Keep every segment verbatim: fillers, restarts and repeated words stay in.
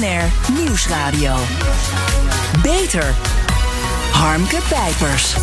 N R Nieuwsradio. Beter. Harmke Pijpers.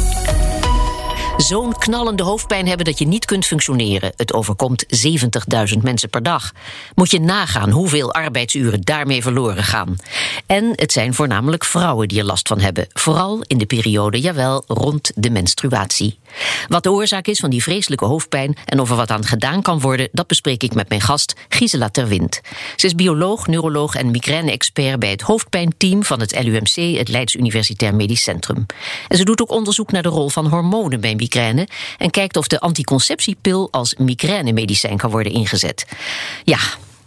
Zo'n knallende hoofdpijn hebben dat je niet kunt functioneren. Het overkomt zeventigduizend mensen per dag. Moet je nagaan hoeveel arbeidsuren daarmee verloren gaan. En het zijn voornamelijk vrouwen die er last van hebben. Vooral in de periode, jawel, rond de menstruatie. Wat de oorzaak is van die vreselijke hoofdpijn en of er wat aan gedaan kan worden, dat bespreek ik met mijn gast Gisela Terwind. Ze is bioloog, neuroloog en migraine-expert bij het hoofdpijnteam van het L U M C, het Leids Universitair Medisch Centrum. En ze doet ook onderzoek naar de rol van hormonen bij migraine en kijkt of de anticonceptiepil als migrainemedicijn kan worden ingezet. Ja,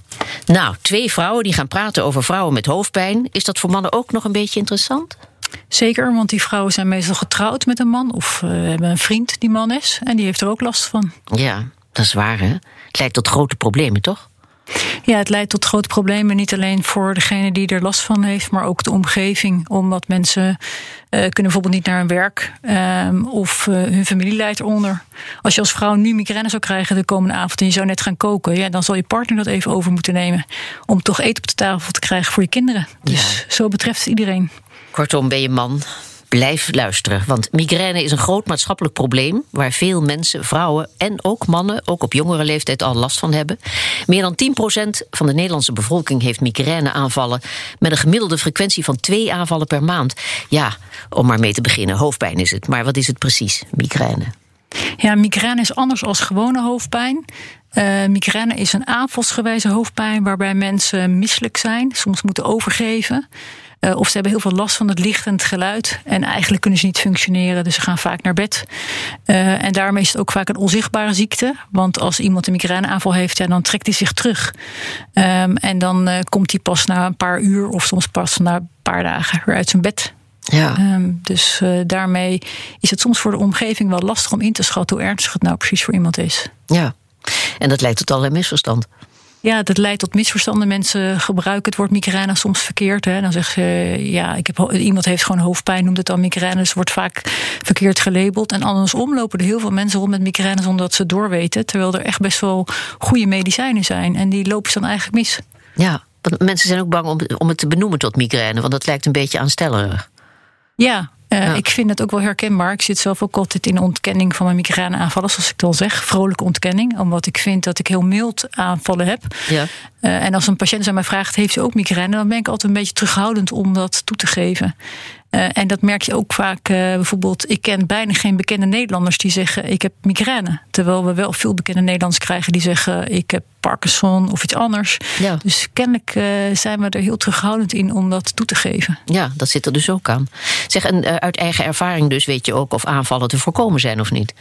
nou, twee vrouwen die gaan praten over vrouwen met hoofdpijn. Is dat voor mannen ook nog een beetje interessant? Zeker, want die vrouwen zijn meestal getrouwd met een man of uh, hebben een vriend die man is en die heeft er ook last van. Ja, dat is waar, hè? Het leidt tot grote problemen, toch? Ja, het leidt tot grote problemen, niet alleen voor degene die er last van heeft, maar ook de omgeving. Omdat mensen uh, kunnen bijvoorbeeld niet naar hun werk um, of uh, hun familie leidt eronder. Als je als vrouw nu migraine zou krijgen de komende avond en je zou net gaan koken, ja, dan zal je partner dat even over moeten nemen om toch eten op de tafel te krijgen voor je kinderen. Dus ja. Zo betreft het iedereen. Kortom, ben je man, blijf luisteren. Want migraine is een groot maatschappelijk probleem waar veel mensen, vrouwen en ook mannen, ook op jongere leeftijd, al last van hebben. Meer dan tien procent van de Nederlandse bevolking heeft migraineaanvallen met een gemiddelde frequentie van twee aanvallen per maand. Ja, om maar mee te beginnen, hoofdpijn is het. Maar wat is het precies, migraine? Ja, migraine is anders dan gewone hoofdpijn. Uh, migraine is een aanvalsgewijze hoofdpijn waarbij mensen misselijk zijn, soms moeten overgeven. Uh, of ze hebben heel veel last van het licht en het geluid. En eigenlijk kunnen ze niet functioneren, dus ze gaan vaak naar bed. Uh, en daarmee is het ook vaak een onzichtbare ziekte. Want als iemand een migraineaanval heeft, ja, dan trekt hij zich terug. Um, en dan uh, komt hij pas na een paar uur of soms pas na een paar dagen weer uit zijn bed. Ja. Um, dus uh, daarmee is het soms voor de omgeving wel lastig om in te schatten hoe ernstig het nou precies voor iemand is. Ja, en dat leidt tot allerlei misverstand. Ja, dat leidt tot misverstanden. Mensen gebruiken het woord migraine soms verkeerd. Hè. Dan zeggen ze, ja, ik heb, iemand heeft gewoon hoofdpijn, noemt het dan migraine. Dus het wordt vaak verkeerd gelabeld. En andersom lopen er heel veel mensen rond met migraine zonder dat ze het doorweten. Terwijl er echt best wel goede medicijnen zijn. En die lopen ze dan eigenlijk mis. Ja, want mensen zijn ook bang om, om het te benoemen tot migraine. Want dat lijkt een beetje aanstellerig. Ja. Uh, ja. Ik vind het ook wel herkenbaar. Ik zit zelf ook altijd in de ontkenning van mijn migraineaanvallen, zoals ik het al zeg. Vrolijke ontkenning, omdat ik vind dat ik heel mild aanvallen heb. Ja. Uh, en als een patiënt aan mij vraagt, heeft ze ook migraine? Dan ben ik altijd een beetje terughoudend om dat toe te geven. Uh, en dat merk je ook vaak. Uh, bijvoorbeeld, ik ken bijna geen bekende Nederlanders die zeggen, ik heb migraine. Terwijl we wel veel bekende Nederlanders krijgen die zeggen, ik heb Parkinson of iets anders. Ja. Dus kennelijk uh, zijn we er heel terughoudend in om dat toe te geven. Ja, dat zit er dus ook aan. Zeg, en uh, uit eigen ervaring dus weet je ook of aanvallen te voorkomen zijn of niet?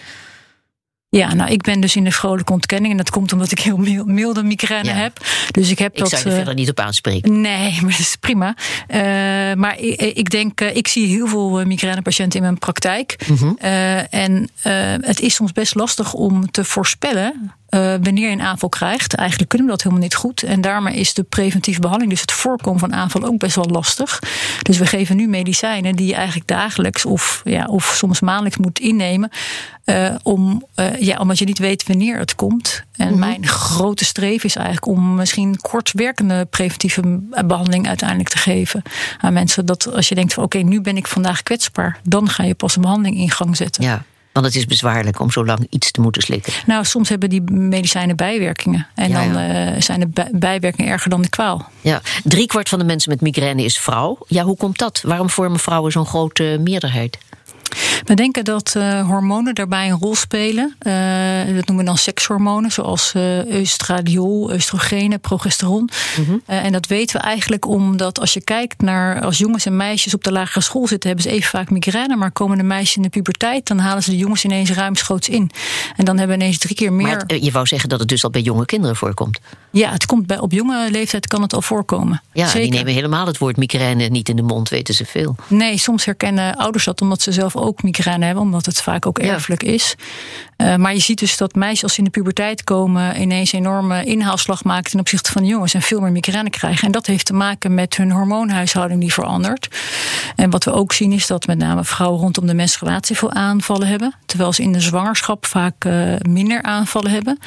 Ja, nou, ik ben dus in de vrolijke ontkenning. En dat komt omdat ik heel milde migraine ja. heb. Dus ik heb ik dat. zou je er uh, verder niet op aanspreken. Nee, maar dat is prima. Uh, maar ik, ik denk, uh, ik zie heel veel migrainepatiënten in mijn praktijk. Mm-hmm. Uh, en uh, het is soms best lastig om te voorspellen Uh, wanneer je een aanval krijgt. Eigenlijk kunnen we dat helemaal niet goed. En daarmee is de preventieve behandeling, dus het voorkomen van aanval, ook best wel lastig. Dus we geven nu medicijnen die je eigenlijk dagelijks of, ja, of soms maandelijks moet innemen. Uh, om, uh, ja, omdat je niet weet wanneer het komt. En mm-hmm. mijn grote streven is eigenlijk om misschien kortwerkende preventieve behandeling uiteindelijk te geven aan mensen. Dat als je denkt van oké, okay, nu ben ik vandaag kwetsbaar, dan ga je pas een behandeling in gang zetten. Ja. Want het is bezwaarlijk om zo lang iets te moeten slikken. Nou, soms hebben die medicijnen bijwerkingen. En ja, dan ja. Uh, zijn de bij- bijwerkingen erger dan de kwaal. Ja, driekwart van de mensen met migraine is vrouw. Ja, hoe komt dat? Waarom vormen vrouwen zo'n grote meerderheid? We denken dat uh, hormonen daarbij een rol spelen. Uh, dat noemen we dan sekshormonen, zoals uh, oestradiol, oestrogenen, progesteron. Mm-hmm. Uh, en dat weten we eigenlijk omdat als je kijkt naar als jongens en meisjes op de lagere school zitten, hebben ze even vaak migraine. Maar komen de meisjes in de puberteit, dan halen ze de jongens ineens ruimschoots in. En dan hebben we ineens drie keer meer. Maar het, je wou zeggen dat het dus al bij jonge kinderen voorkomt? Ja, het komt bij, op jonge leeftijd kan het al voorkomen. Ja, Zeker. Die nemen helemaal het woord migraine niet in de mond, weten ze veel. Nee, soms herkennen ouders dat omdat ze zelf ook migraine hebben, omdat het vaak ook erfelijk ja. is. Uh, maar je ziet dus dat meisjes als ze in de puberteit komen ineens een enorme inhaalslag maken ten opzichte van de jongens en veel meer migraine krijgen. En dat heeft te maken met hun hormoonhuishouding die verandert. En wat we ook zien is dat met name vrouwen rondom de menstruatie veel aanvallen hebben, terwijl ze in de zwangerschap vaak uh, minder aanvallen hebben.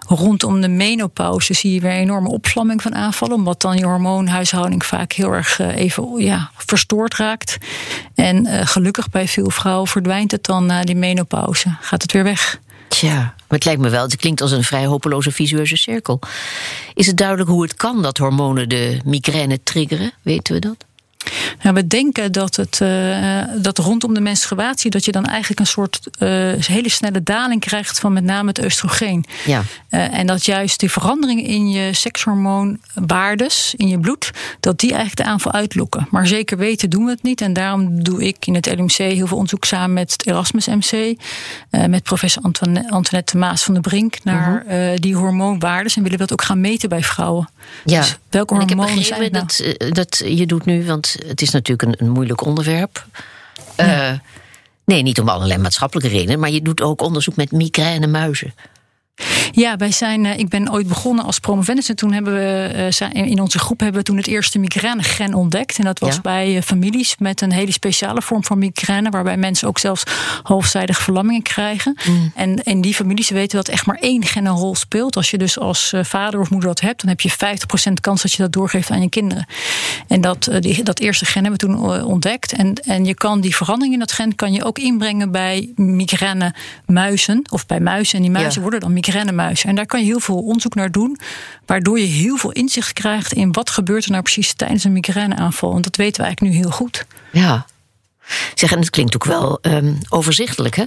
rondom de menopauze zie je weer een enorme opvlamming van aanvallen, omdat dan je hormoonhuishouding vaak heel erg uh, even ja, verstoord raakt. En uh, gelukkig bij veel vrouwen verdwijnt het dan na die menopauze. Gaat het weer weg. Tja, maar het lijkt me wel, het klinkt als een vrij hopeloze visueuze cirkel. Is het duidelijk hoe het kan dat hormonen de migraine triggeren? Weten we dat? Nou, we denken dat het uh, dat rondom de menstruatie dat je dan eigenlijk een soort uh, hele snelle daling krijgt van met name het oestrogeen. Ja. Uh, en dat juist die veranderingen in je sekshormoonwaardes in je bloed, dat die eigenlijk de aanval uitlokken. Maar zeker weten doen we het niet. En daarom doe ik in het L U M C heel veel onderzoek samen met het Erasmus M C, uh, met professor Antoine, Antoinette Maas van der Brink, naar uh-huh. uh, die hormoonwaardes. En willen we dat ook gaan meten bij vrouwen. Ja. Dus welke en ik heb hormonen zijn begrepen het nou? dat, uh, dat je doet nu, want het is natuurlijk een, een moeilijk onderwerp. Ja. Uh, nee, niet om allerlei maatschappelijke redenen, maar je doet ook onderzoek met migrainemuizen. Ja, wij zijn, ik ben ooit begonnen als promovendus. En toen hebben we in onze groep hebben we toen het eerste migrainegen ontdekt. En dat was ja. bij families met een hele speciale vorm van migraine, waarbij mensen ook zelfs halfzijdige verlammingen krijgen. Mm. En in die families weten we dat echt maar één gen een rol speelt. Als je dus als vader of moeder dat hebt, dan heb je vijftig procent kans dat je dat doorgeeft aan je kinderen. En dat, die, dat eerste gen hebben we toen ontdekt. En, en je kan die verandering in dat gen kan je ook inbrengen bij migrainemuizen of bij muizen. En die muizen ja. worden dan migrainemuizen. En daar kan je heel veel onderzoek naar doen, waardoor je heel veel inzicht krijgt in wat gebeurt er nou precies tijdens een migraineaanval. En dat weten we eigenlijk nu heel goed. Ja. Zeg, en het klinkt ook wel um, overzichtelijk, hè?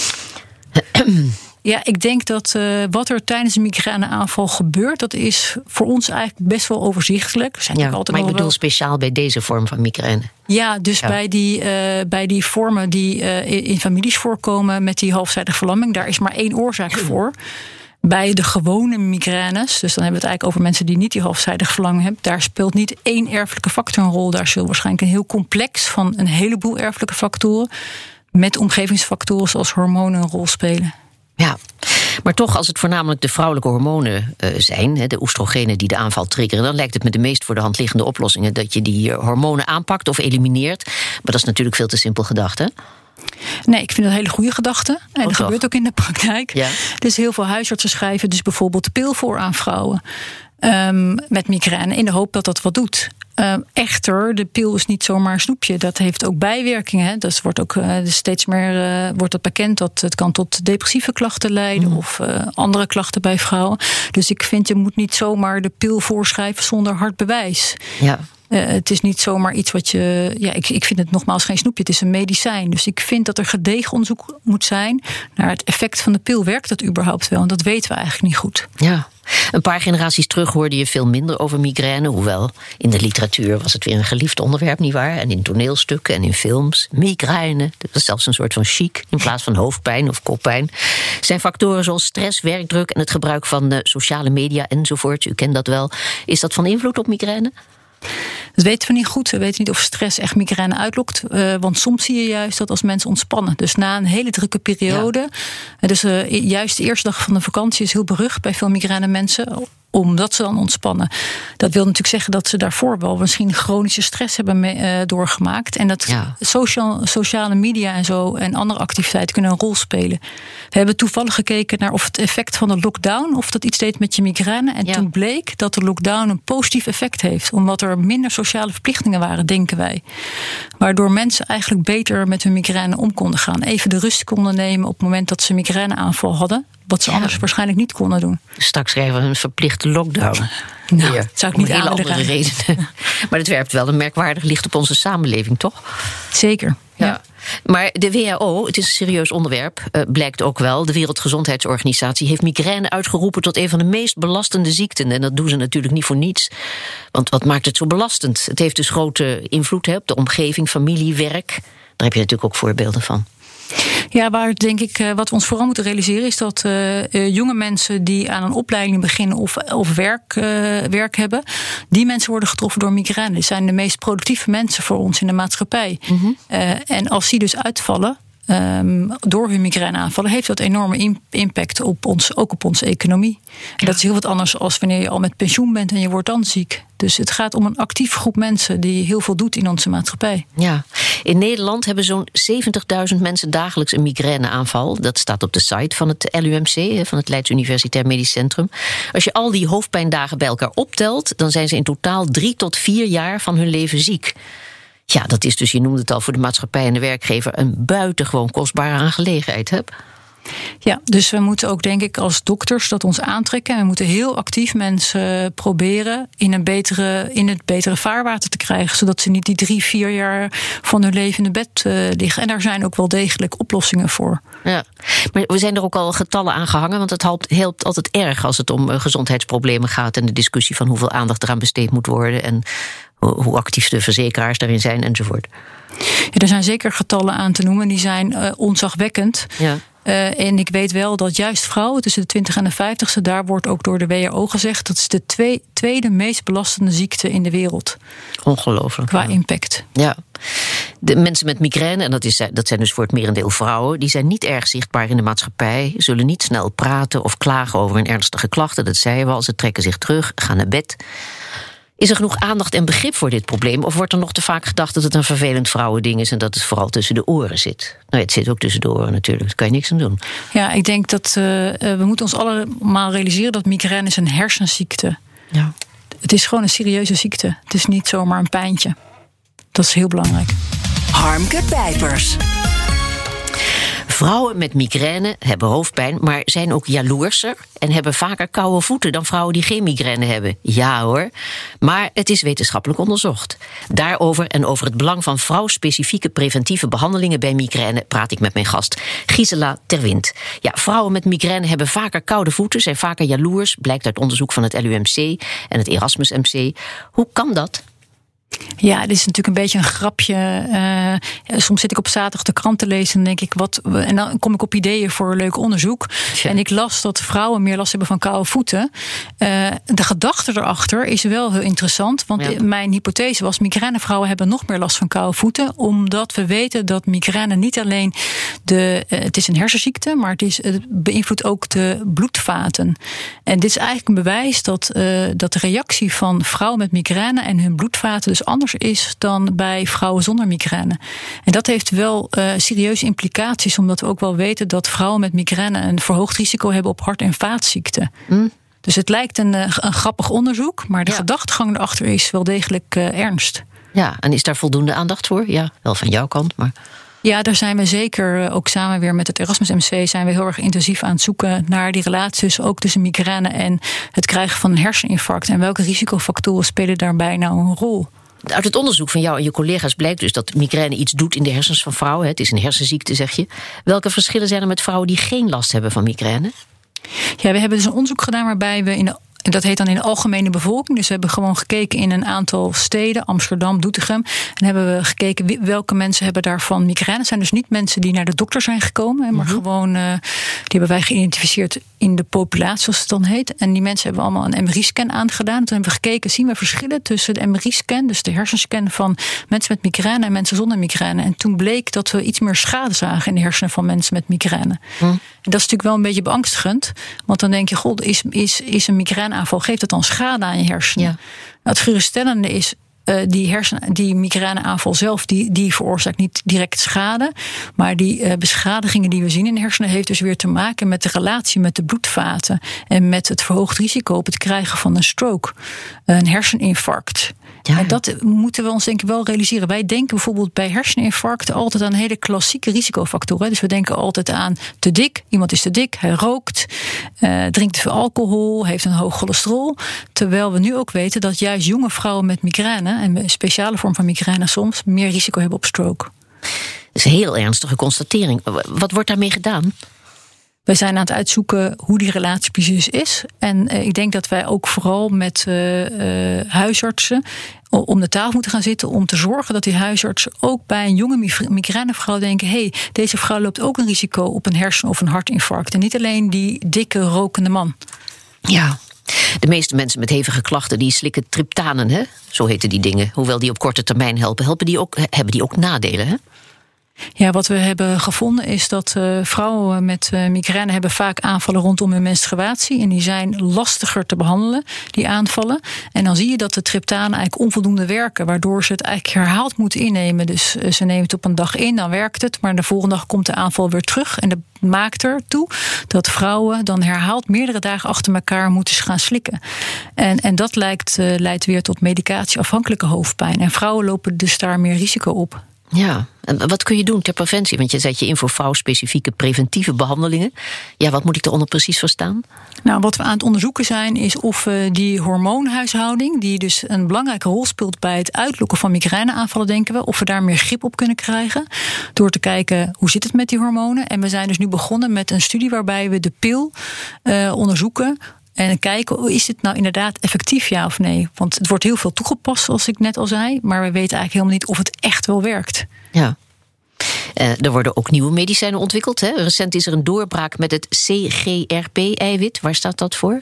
Ja, ik denk dat uh, wat er tijdens een migraineaanval gebeurt, dat is voor ons eigenlijk best wel overzichtelijk. Zijn ja, altijd maar ik bedoel wel... speciaal bij deze vorm van migraine. Ja, dus ja. Bij, die, uh, bij die vormen die uh, in families voorkomen met die halfzijdige verlamming, daar is maar één oorzaak voor. Bij de gewone migraines, dus dan hebben we het eigenlijk over mensen die niet die halfzijdige verlamming hebben, daar speelt niet één erfelijke factor een rol. Daar zullen waarschijnlijk een heel complex van een heleboel erfelijke factoren met omgevingsfactoren zoals hormonen een rol spelen. Ja, maar toch, als het voornamelijk de vrouwelijke hormonen uh, zijn, de oestrogenen die de aanval triggeren, dan lijkt het me de meest voor de hand liggende oplossingen dat je die uh, hormonen aanpakt of elimineert. Maar dat is natuurlijk veel te simpel gedacht, hè? Nee, ik vind dat een hele goede gedachte. En oh, dat toch? Gebeurt ook in de praktijk. Ja. Dus heel veel huisartsen schrijven dus bijvoorbeeld de pil voor aan vrouwen um, met migraine, in de hoop dat dat wat doet. Uh, echter, de pil is niet zomaar een snoepje. Dat heeft ook bijwerkingen. Hè. Dus wordt ook uh, steeds meer uh, wordt het bekend dat het kan tot depressieve klachten leiden mm. of uh, andere klachten bij vrouwen. Dus ik vind, je moet niet zomaar de pil voorschrijven zonder hard bewijs. Ja. Uh, het is niet zomaar iets wat je... Ja, ik, ik vind het nogmaals geen snoepje, het is een medicijn. Dus ik vind dat er gedegen onderzoek moet zijn naar het effect van de pil. Werkt dat überhaupt wel? En dat weten we eigenlijk niet goed. Ja. Een paar generaties terug hoorde je veel minder over migraine. Hoewel, in de literatuur was het weer een geliefd onderwerp, nietwaar? En in toneelstukken en in films. Migraine, dat was zelfs een soort van chic in plaats van hoofdpijn of koppijn. Zijn factoren zoals stress, werkdruk en het gebruik van uh, sociale media enzovoort. U kent dat wel. Is dat van invloed op migraine? Dat weten we niet goed. We weten niet of stress echt migraine uitlokt. Uh, want soms zie je juist dat als mensen ontspannen. Dus na een hele drukke periode. Ja. Dus uh, juist de eerste dag van de vakantie is heel berucht bij veel migraine mensen, omdat ze dan ontspannen. Dat wil natuurlijk zeggen dat ze daarvoor wel misschien chronische stress hebben mee, uh, doorgemaakt. En dat ja. social, sociale media en zo en andere activiteiten kunnen een rol spelen. We hebben toevallig gekeken naar of het effect van de lockdown, of dat iets deed met je migraine. En ja. toen bleek dat de lockdown een positief effect heeft. Omdat er minder sociale verplichtingen waren, denken wij. Waardoor mensen eigenlijk beter met hun migraine om konden gaan. Even de rust konden nemen op het moment dat ze een migraineaanval hadden. Wat ze ja. anders waarschijnlijk niet konden doen. Straks krijgen we een verplichte lockdown. Nou, dat zou ik niet om hele andere redenen. Maar het werpt wel een merkwaardig licht op onze samenleving, toch? Zeker. Ja. ja. Maar de W H O, het is een serieus onderwerp, uh, blijkt ook wel. De Wereldgezondheidsorganisatie heeft migraine uitgeroepen tot een van de meest belastende ziekten. En dat doen ze natuurlijk niet voor niets. Want wat maakt het zo belastend? Het heeft dus grote invloed hè, op de omgeving, familie, werk. Daar heb je natuurlijk ook voorbeelden van. Ja, waar denk ik, wat we ons vooral moeten realiseren is dat uh, jonge mensen die aan een opleiding beginnen of, of werk, uh, werk hebben, die mensen worden getroffen door migraine. Die zijn de meest productieve mensen voor ons in de maatschappij. Mm-hmm. Uh, en als die dus uitvallen, Um, door hun migraineaanvallen, heeft dat enorme impact op ons, ook op onze economie. En ja. dat is heel wat anders als wanneer je al met pensioen bent en je wordt dan ziek. Dus het gaat om een actieve groep mensen die heel veel doet in onze maatschappij. Ja, in Nederland hebben zo'n zeventigduizend mensen dagelijks een migraineaanval. Dat staat op de site van het L U M C, van het Leids Universitair Medisch Centrum. Als je al die hoofdpijndagen bij elkaar optelt, dan zijn ze in totaal drie tot vier jaar van hun leven ziek. Ja, dat is dus, je noemde het al, voor de maatschappij en de werkgever een buitengewoon kostbare aangelegenheid, hè? Ja, dus we moeten ook, denk ik, als dokters dat ons aantrekken. En we moeten heel actief mensen proberen in, een betere, in het betere vaarwater te krijgen. Zodat ze niet die drie, vier jaar van hun leven in de bed uh, liggen. En daar zijn ook wel degelijk oplossingen voor. Ja, maar we zijn er ook al getallen aan gehangen. Want het helpt, helpt altijd erg als het om uh, gezondheidsproblemen gaat. En de discussie van hoeveel aandacht eraan besteed moet worden. En hoe, hoe actief de verzekeraars daarin zijn enzovoort. Ja, er zijn zeker getallen aan te noemen. Die zijn uh, ontzagwekkend. Ja. Uh, en ik weet wel dat juist vrouwen tussen de twintig en de vijftigste... daar wordt ook door de W H O gezegd... dat is de twee, tweede meest belastende ziekte in de wereld. Ongelooflijk. Qua impact. Ja. De mensen met migraine, en dat, is, dat zijn dus voor het merendeel vrouwen... die zijn niet erg zichtbaar in de maatschappij... zullen niet snel praten of klagen over hun ernstige klachten. Dat zeiden we al, ze trekken zich terug, gaan naar bed. Is er genoeg aandacht en begrip voor dit probleem? Of wordt er nog te vaak gedacht dat het een vervelend vrouwending is... en dat het vooral tussen de oren zit? Nou, het zit ook tussen de oren natuurlijk, daar kan je niks aan doen. Ja, ik denk dat uh, we moeten ons allemaal realiseren... dat migraine is een hersenziekte. Ja. Het is gewoon een serieuze ziekte. Het is niet zomaar een pijntje. Dat is heel belangrijk. Harmke Pijpers. Vrouwen met migraine hebben hoofdpijn, maar zijn ook jaloerser... en hebben vaker koude voeten dan vrouwen die geen migraine hebben. Ja hoor, maar het is wetenschappelijk onderzocht. Daarover en over het belang van vrouwspecifieke preventieve behandelingen bij migraine... praat ik met mijn gast, Gisela Terwind. Ja, vrouwen met migraine hebben vaker koude voeten... zijn vaker jaloers, blijkt uit onderzoek van het L U M C en het Erasmus M C. Hoe kan dat? Ja, dit is natuurlijk een beetje een grapje. Uh, soms zit ik op zaterdag de krant te lezen en denk ik wat. En dan kom ik op ideeën voor een leuk onderzoek. Ja. En ik las dat vrouwen meer last hebben van koude voeten. Uh, de gedachte erachter is wel heel interessant. Want ja. mijn hypothese was: migrainevrouwen hebben nog meer last van koude voeten. Omdat we weten dat migraine niet alleen de. Uh, het is een hersenziekte, maar het, is, het beïnvloedt ook de bloedvaten. En dit is eigenlijk een bewijs dat, uh, dat de reactie van vrouwen met migraine en hun bloedvaten dus anders is dan bij vrouwen zonder migraine. En dat heeft wel uh, serieuze implicaties, omdat we ook wel weten dat vrouwen met migraine een verhoogd risico hebben op hart- en vaatziekten. Mm. Dus het lijkt een, een grappig onderzoek, maar de ja. gedachtegang erachter is wel degelijk uh, ernst. Ja, en is daar voldoende aandacht voor? Ja, wel van jouw kant, maar... Ja, daar zijn we zeker, ook samen weer met het Erasmus M C... zijn we heel erg intensief aan het zoeken naar die relaties... ook tussen migraine en het krijgen van een herseninfarct. En welke risicofactoren spelen daarbij nou een rol? Uit het onderzoek van jou en je collega's blijkt dus dat migraine iets doet in de hersens van vrouwen. Het is een hersenziekte, zeg je. Welke verschillen zijn er met vrouwen die geen last hebben van migraine? Ja, we hebben dus een onderzoek gedaan waarbij we in de En dat heet dan in de algemene bevolking. Dus we hebben gewoon gekeken in een aantal steden, Amsterdam, Doetinchem. En hebben we gekeken welke mensen hebben daarvan migraine. Het zijn dus niet mensen die naar de dokter zijn gekomen, maar mm-hmm. gewoon, uh, die hebben wij geïdentificeerd in de populatie, zoals het dan heet. En die mensen hebben allemaal een M R I-scan aangedaan. Toen hebben we gekeken, zien we verschillen tussen de M R I-scan, dus de hersenscan van mensen met migraine en mensen zonder migraine. En toen bleek dat we iets meer schade zagen in de hersenen van mensen met migraine. Mm. En dat is natuurlijk wel een beetje beangstigend. Want dan denk je, god, is, is, is een migraineaanval, geeft dat dan schade aan je hersenen? Ja. Nou, het geruststellende is, Uh, die, hersen, die migraineaanval zelf, die, die veroorzaakt niet direct schade. Maar die uh, beschadigingen die we zien in de hersenen heeft dus weer te maken met de relatie met de bloedvaten. En met het verhoogd risico op het krijgen van een stroke. Een herseninfarct. Ja, ja. En dat moeten we ons denk ik wel realiseren. Wij denken bijvoorbeeld bij herseninfarcten altijd aan hele klassieke risicofactoren. Dus we denken altijd aan te dik. Iemand is te dik, hij rookt, uh, drinkt te veel alcohol, heeft een hoog cholesterol. Terwijl we nu ook weten dat juist jonge vrouwen met migraine, en een speciale vorm van migraine soms, meer risico hebben op stroke. Dat is een heel ernstige constatering. Wat wordt daarmee gedaan? Wij zijn aan het uitzoeken hoe die relatie precies is. En uh, ik denk dat wij ook vooral met uh, uh, huisartsen om de tafel moeten gaan zitten om te zorgen dat die huisartsen ook bij een jonge migrainevrouw denken, hé, hey, deze vrouw loopt ook een risico op een hersen- of een hartinfarct. En niet alleen die dikke, rokende man. Ja. De meeste mensen met hevige klachten die slikken triptanen, hè? Zo heten die dingen. Hoewel die op korte termijn helpen, helpen die ook, hebben die ook nadelen, hè? Ja, wat we hebben gevonden is dat uh, vrouwen met uh, migraine hebben vaak aanvallen rondom hun menstruatie. En die zijn lastiger te behandelen, die aanvallen. En dan zie je dat de triptanen eigenlijk onvoldoende werken, waardoor ze het eigenlijk herhaald moeten innemen. Dus uh, ze nemen het op een dag in, dan werkt het. Maar de volgende dag komt de aanval weer terug. En dat maakt ertoe dat vrouwen dan herhaald meerdere dagen achter elkaar moeten gaan slikken. En, en dat lijkt, uh, leidt weer tot medicatieafhankelijke hoofdpijn. En vrouwen lopen dus daar meer risico op. Ja, en wat kun je doen ter preventie? Want je zet je in voor vrouwspecifieke preventieve behandelingen. Ja, wat moet ik eronder precies verstaan? Nou, wat we aan het onderzoeken zijn, is of we die hormoonhuishouding, die dus een belangrijke rol speelt bij het uitlokken van migraineaanvallen, denken we, of we daar meer grip op kunnen krijgen. Door te kijken, hoe zit het met die hormonen? En we zijn dus nu begonnen met een studie waarbij we de pil uh, onderzoeken. En kijken, is dit nou inderdaad effectief, ja of nee? Want het wordt heel veel toegepast, zoals ik net al zei. Maar we weten eigenlijk helemaal niet of het echt wel werkt. Ja. Uh, er worden ook nieuwe medicijnen ontwikkeld. Hè? Recent is er een doorbraak met het C G R P-eiwit. Waar staat dat voor?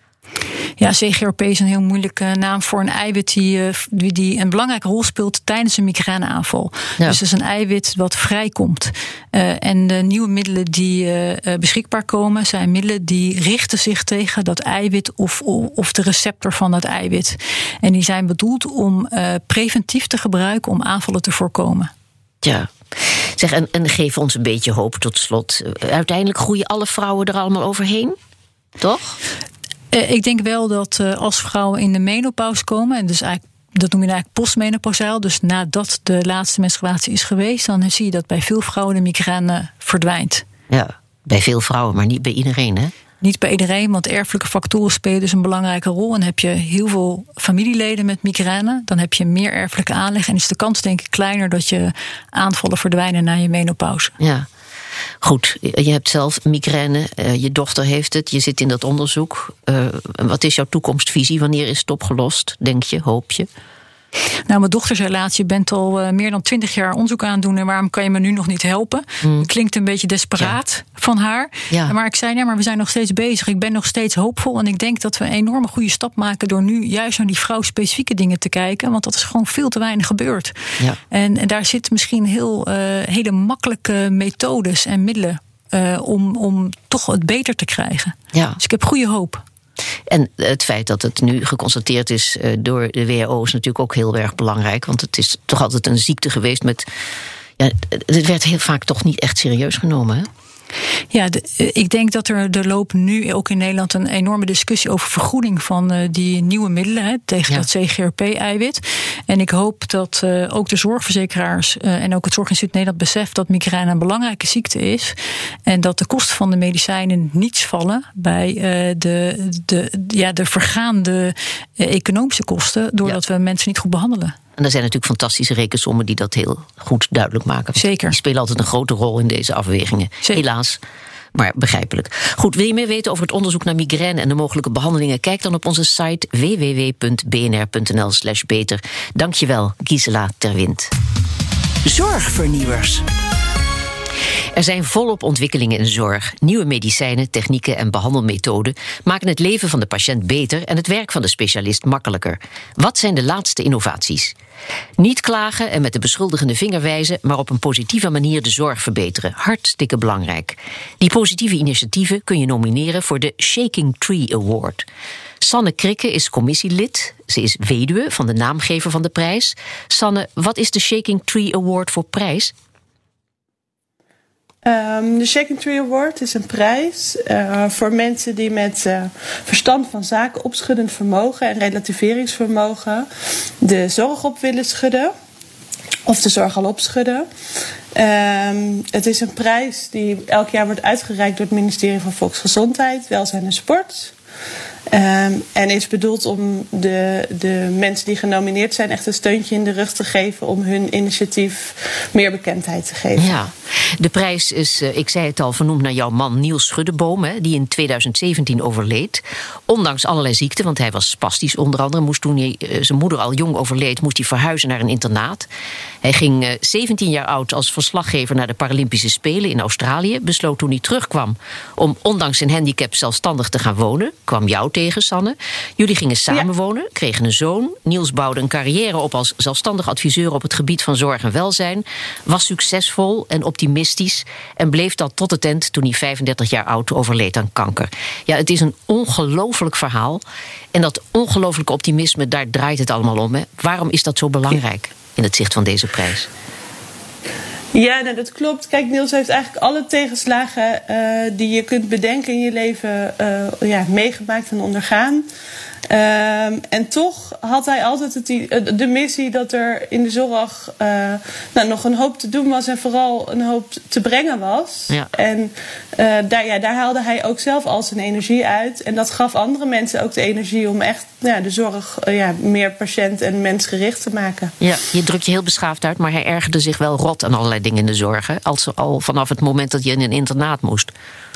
Ja, C G R P is een heel moeilijke naam voor een eiwit die, die een belangrijke rol speelt tijdens een migraineaanval. Ja. Dus dat is een eiwit wat vrijkomt. Uh, en de nieuwe middelen die uh, beschikbaar komen zijn middelen die richten zich tegen dat eiwit of, of de receptor van dat eiwit. En die zijn bedoeld om uh, preventief te gebruiken om aanvallen te voorkomen. Ja. Zeg, en, en geef ons een beetje hoop tot slot. Uiteindelijk groeien alle vrouwen er allemaal overheen, toch? Uh, ik denk wel dat uh, als vrouwen in de menopauze komen, en dus eigenlijk, dat noem je eigenlijk postmenopausaal, dus nadat de laatste menstruatie is geweest, dan zie je dat bij veel vrouwen de migraine verdwijnt. Ja, bij veel vrouwen, maar niet bij iedereen, hè? Niet bij iedereen, want erfelijke factoren spelen dus een belangrijke rol. En heb je heel veel familieleden met migraine, dan heb je meer erfelijke aanleg en is de kans denk ik kleiner dat je aanvallen verdwijnen na je menopauze. Ja. Goed, je hebt zelf migraine, je dochter heeft het, je zit in dat onderzoek. Uh, wat is jouw toekomstvisie? Wanneer is het opgelost, denk je, hoop je? Nou, mijn dochter zei laatst, je bent al uh, meer dan twintig jaar onderzoek aan het doen en waarom kan je me nu nog niet helpen? Mm. Klinkt een beetje desperaat ja. van haar. Ja. Maar ik zei, ja, maar we zijn nog steeds bezig. Ik ben nog steeds hoopvol en ik denk dat we een enorme goede stap maken door nu juist naar die vrouwspecifieke dingen te kijken, want dat is gewoon veel te weinig gebeurd. Ja. En, en daar zitten misschien heel, uh, hele makkelijke methodes en middelen uh, om, om toch het beter te krijgen. Ja. Dus ik heb goede hoop. En het feit dat het nu geconstateerd is door de W H O is natuurlijk ook heel erg belangrijk. Want het is toch altijd een ziekte geweest met. Ja, het werd heel vaak toch niet echt serieus genomen, hè? Ja, de, ik denk dat er, er loopt nu ook in Nederland een enorme discussie over vergoeding van uh, die nieuwe middelen hè, tegen ja. dat C G R P-eiwit. En ik hoop dat uh, ook de zorgverzekeraars uh, en ook het Zorginstituut Nederland beseft dat migraine een belangrijke ziekte is. En dat de kosten van de medicijnen niets vallen bij uh, de, de, ja, de vergaande uh, economische kosten, doordat ja. we mensen niet goed behandelen. En er zijn natuurlijk fantastische rekensommen die dat heel goed duidelijk maken. Zeker. Die spelen altijd een grote rol in deze afwegingen. Zeker. Helaas, maar begrijpelijk. Goed, wil je meer weten over het onderzoek naar migraine en de mogelijke behandelingen? Kijk dan op onze site w w w punt b n r punt n l slash beter. Dankjewel, Gisela Terwind. Zorgvernieuwers. Er zijn volop ontwikkelingen in de zorg. Nieuwe medicijnen, technieken en behandelmethoden maken het leven van de patiënt beter en het werk van de specialist makkelijker. Wat zijn de laatste innovaties? Niet klagen en met de beschuldigende vinger wijzen, maar op een positieve manier de zorg verbeteren. Hartstikke belangrijk. Die positieve initiatieven kun je nomineren voor de Shaking Tree Award. Sanne Krikke is commissielid. Ze is weduwe van de naamgever van de prijs. Sanne, wat is de Shaking Tree Award voor prijs? Um, de Shaking Tree Award is een prijs uh, voor mensen die met uh, verstand van zaken, opschuddend vermogen en relativeringsvermogen de zorg op willen schudden. Of de zorg al opschudden. Um, het is een prijs die elk jaar wordt uitgereikt door het ministerie van Volksgezondheid, Welzijn en Sport. Um, en is bedoeld om de, de mensen die genomineerd zijn echt een steuntje in de rug te geven om hun initiatief meer bekendheid te geven. Ja, de prijs is, ik zei het al, vernoemd naar jouw man Niels Schuddeboom, hè, die in tweeduizend zeventien overleed. Ondanks allerlei ziekten, want hij was spastisch onder andere. Moest toen hij, zijn moeder al jong overleed, moest hij verhuizen naar een internaat. Hij ging zeventien jaar oud als verslaggever naar de Paralympische Spelen in Australië. Besloot toen hij terugkwam om ondanks zijn handicap zelfstandig te gaan wonen. Kwam jou jou tegen, Sanne. Jullie gingen samenwonen, kregen een zoon. Niels bouwde een carrière op als zelfstandig adviseur op het gebied van zorg en welzijn. Was succesvol en optimistisch. En bleef dat tot het eind toen hij vijfendertig jaar oud overleed aan kanker. Ja, het is een ongelooflijk verhaal. En dat ongelooflijke optimisme, daar draait het allemaal om. Hè? Waarom is dat zo belangrijk in het zicht van deze prijs? Ja, nou, dat klopt. Kijk, Niels heeft eigenlijk alle tegenslagen uh, die je kunt bedenken in je leven uh, ja, meegemaakt en ondergaan. Um, en toch had hij altijd het, de missie dat er in de zorg uh, nou, nog een hoop te doen was en vooral een hoop te brengen was. Ja. En uh, daar, ja, daar haalde hij ook zelf al zijn energie uit. En dat gaf andere mensen ook de energie om echt ja, de zorg uh, ja, meer patiënt- en mensgericht te maken. Ja, je drukt je heel beschaafd uit, maar hij ergerde zich wel rot aan allerlei dingen in de zorg. Hè? Als, al vanaf het moment dat je in een internaat moest.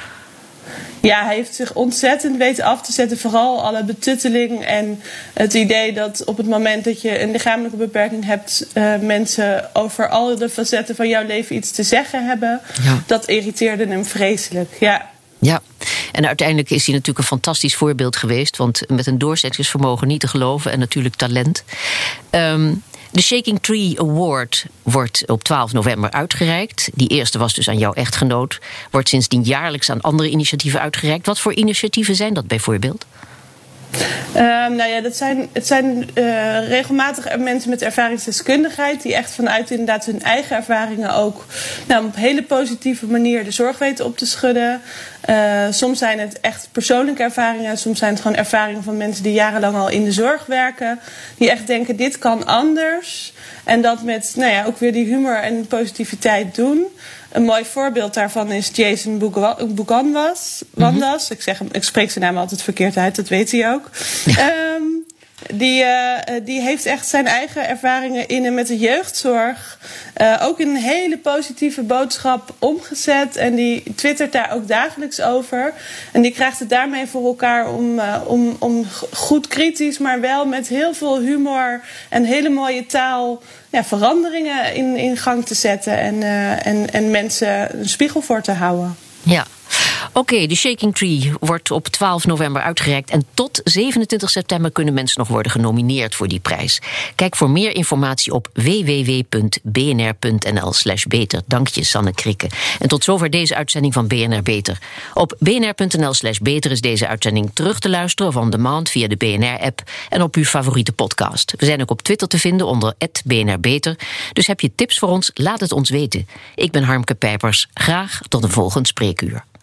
Ja, hij heeft zich ontzettend weten af te zetten. Vooral alle betutteling en het idee dat op het moment dat je een lichamelijke beperking hebt, uh, mensen over al de facetten van jouw leven iets te zeggen hebben. Ja. Dat irriteerde hem vreselijk, ja. Ja, en uiteindelijk is hij natuurlijk een fantastisch voorbeeld geweest. Want met een doorzettingsvermogen niet te geloven en natuurlijk talent. Um, De Shaking Tree Award wordt op twaalf november uitgereikt. Die eerste was dus aan jouw echtgenoot. Wordt sindsdien jaarlijks aan andere initiatieven uitgereikt. Wat voor initiatieven zijn dat bijvoorbeeld? Uh, nou ja, dat zijn, het zijn uh, regelmatig mensen met ervaringsdeskundigheid die echt vanuit inderdaad hun eigen ervaringen ook nou, op een hele positieve manier de zorg weten op te schudden. Uh, soms zijn het echt persoonlijke ervaringen, soms zijn het gewoon ervaringen van mensen die jarenlang al in de zorg werken, die echt denken dit kan anders. En dat met nou ja, ook weer die humor en positiviteit doen. Een mooi voorbeeld daarvan is Jason Bouganwas. Mm-hmm. Ik, zeg hem, ik spreek zijn naam altijd verkeerd uit, dat weet hij ook. Ja. Um, die, uh, die heeft echt zijn eigen ervaringen in en met de jeugdzorg uh, ook in een hele positieve boodschap omgezet. En die twittert daar ook dagelijks over. En die krijgt het daarmee voor elkaar om, uh, om, om goed kritisch, maar wel met heel veel humor en hele mooie taal ja, veranderingen in, in gang te zetten. En, uh, en, en mensen een spiegel voor te houden. Ja. Oké, okay, de Shaking Tree wordt op twaalf november uitgereikt. En tot zevenentwintig september kunnen mensen nog worden genomineerd voor die prijs. Kijk voor meer informatie op w w w punt b n r punt n l slash beter. Dank je, Sanne Krikke. En tot zover deze uitzending van B N R Beter. Op b n r punt n l slash beter is deze uitzending terug te luisteren of on demand via de B N R-app en op uw favoriete podcast. We zijn ook op Twitter te vinden onder at B N R Beter. Dus heb je tips voor ons? Laat het ons weten. Ik ben Harmke Pijpers. Graag tot een volgend spreekuur.